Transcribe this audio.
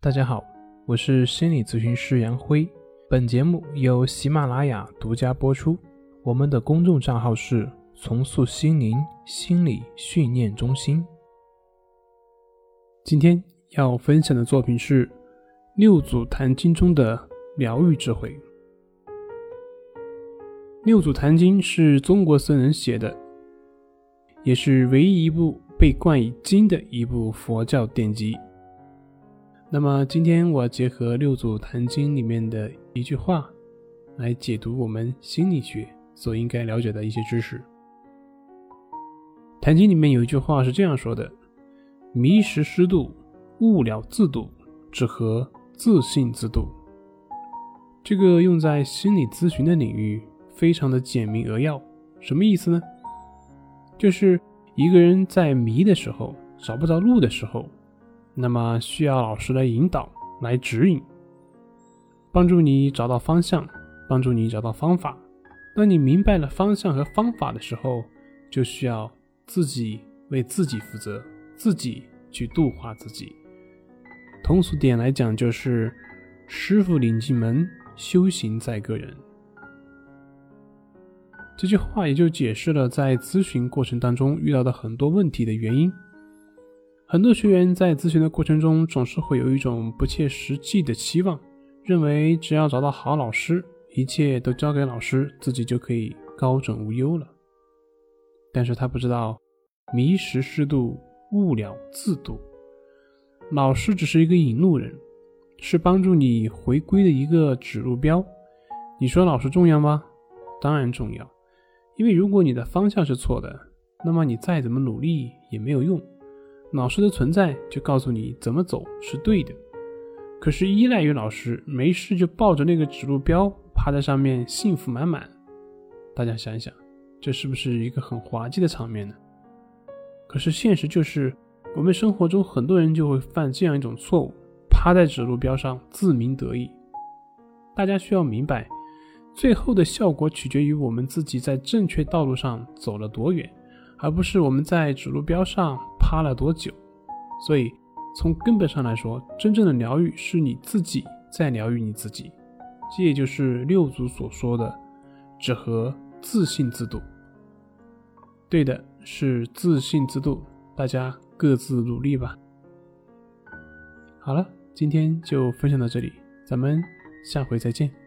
大家好，我是心理咨询师杨辉，本节目由喜马拉雅独家播出。我们的公众账号是重塑心灵心理训练中心。今天要分享的作品是六祖坛经中的疗愈智慧。六祖坛经是中国僧人写的，也是唯一一部被冠以经的一部佛教典籍。那么今天我结合六祖坛经里面的一句话来解读我们心理学所应该了解的一些知识。坛经里面有一句话是这样说的：迷时失度，悟了自度，只合自性自度。这个用在心理咨询的领域非常的简明扼要。什么意思呢？就是一个人在迷的时候，找不着路的时候，那么需要老师来引导，来指引，帮助你找到方向，帮助你找到方法。当你明白了方向和方法的时候，就需要自己为自己负责，自己去度化自己。通俗点来讲，就是师傅领进门，修行在个人。这句话也就解释了在咨询过程当中遇到的很多问题的原因。很多学员在咨询的过程中总是会有一种不切实际的期望，认为只要找到好老师，一切都交给老师，自己就可以高枕无忧了。但是他不知道迷时失度，悟了自度。老师只是一个引路人，是帮助你回归的一个指路标。你说老师重要吗？当然重要，因为如果你的方向是错的，那么你再怎么努力也没有用。老师的存在就告诉你怎么走是对的。可是依赖于老师，没事就抱着那个指路标趴在上面幸福满满，大家想一想，这是不是一个很滑稽的场面呢？可是现实就是我们生活中很多人就会犯这样一种错误，趴在指路标上自鸣得意。大家需要明白，最后的效果取决于我们自己在正确道路上走了多远，而不是我们在指路标上趴了多久。所以从根本上来说，真正的疗愈是你自己在疗愈你自己，这也就是六祖所说的只合自性自度。对的，是自性自度，大家各自努力吧。好了，今天就分享到这里，咱们下回再见。